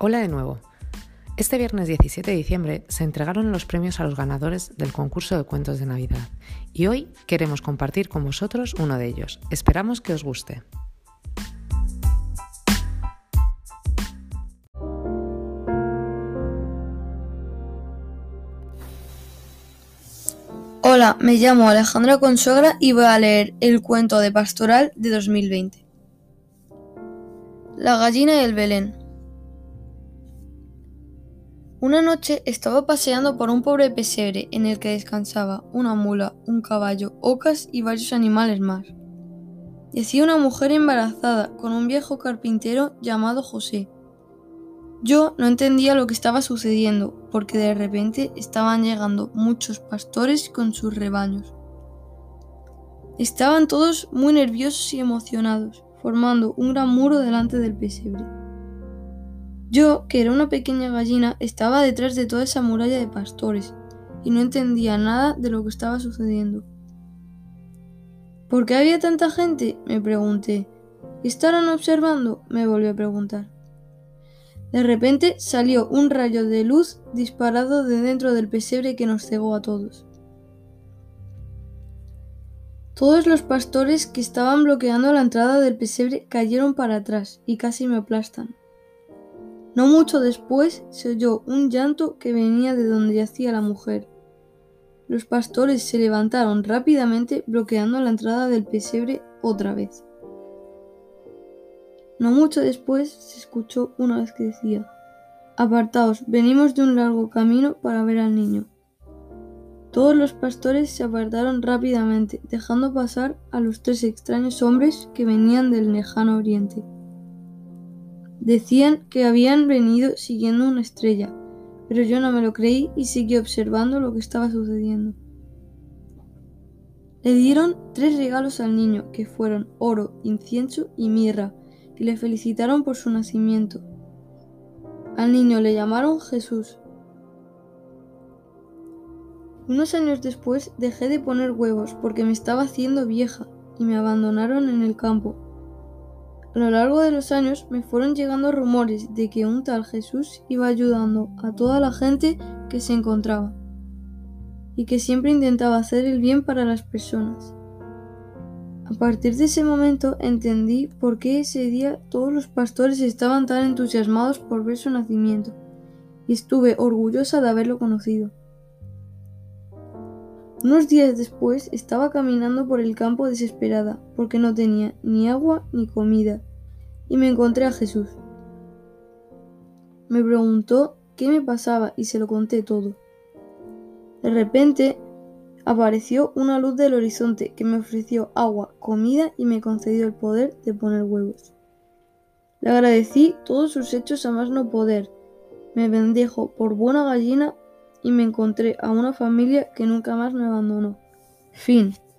Hola de nuevo. Este viernes 17 de diciembre se entregaron los premios a los ganadores del concurso de cuentos de Navidad y hoy queremos compartir con vosotros uno de ellos. Esperamos que os guste. Hola, me llamo Alejandra Consuegra y voy a leer el cuento de Pastoral de 2020. La gallina y el Belén. Una noche estaba paseando por un pobre pesebre en el que descansaba una mula, un caballo, ocas y varios animales más. Yacía una mujer embarazada con un viejo carpintero llamado José. Yo no entendía lo que estaba sucediendo, porque de repente estaban llegando muchos pastores con sus rebaños. Estaban todos muy nerviosos y emocionados, formando un gran muro delante del pesebre. Yo, que era una pequeña gallina, estaba detrás de toda esa muralla de pastores y no entendía nada de lo que estaba sucediendo. ¿Por qué había tanta gente?, me pregunté. ¿Qué estarán observando?, me volvió a preguntar. De repente salió un rayo de luz disparado de dentro del pesebre que nos cegó a todos. Todos los pastores que estaban bloqueando la entrada del pesebre cayeron para atrás y casi me aplastan. No mucho después se oyó un llanto que venía de donde yacía la mujer. Los pastores se levantaron rápidamente bloqueando la entrada del pesebre otra vez. No mucho después se escuchó una voz que decía: «Apartaos, venimos de un largo camino para ver al niño». Todos los pastores se apartaron rápidamente, dejando pasar a los 3 extraños hombres que venían del lejano oriente. Decían que habían venido siguiendo una estrella, pero yo no me lo creí y seguí observando lo que estaba sucediendo. Le dieron 3 regalos al niño, que fueron oro, incienso y mirra, y le felicitaron por su nacimiento. Al niño le llamaron Jesús. Unos años después dejé de poner huevos porque me estaba haciendo vieja y me abandonaron en el campo. A lo largo de los años me fueron llegando rumores de que un tal Jesús iba ayudando a toda la gente que se encontraba y que siempre intentaba hacer el bien para las personas. A partir de ese momento entendí por qué ese día todos los pastores estaban tan entusiasmados por ver su nacimiento y estuve orgullosa de haberlo conocido. Unos días después estaba caminando por el campo desesperada porque no tenía ni agua ni comida y me encontré a Jesús. Me preguntó qué me pasaba y se lo conté todo. De repente apareció una luz del horizonte que me ofreció agua, comida y me concedió el poder de poner huevos. Le agradecí todos sus hechos a más no poder, me bendijo por buena gallina y me encontré a una familia que nunca más me abandonó. Fin.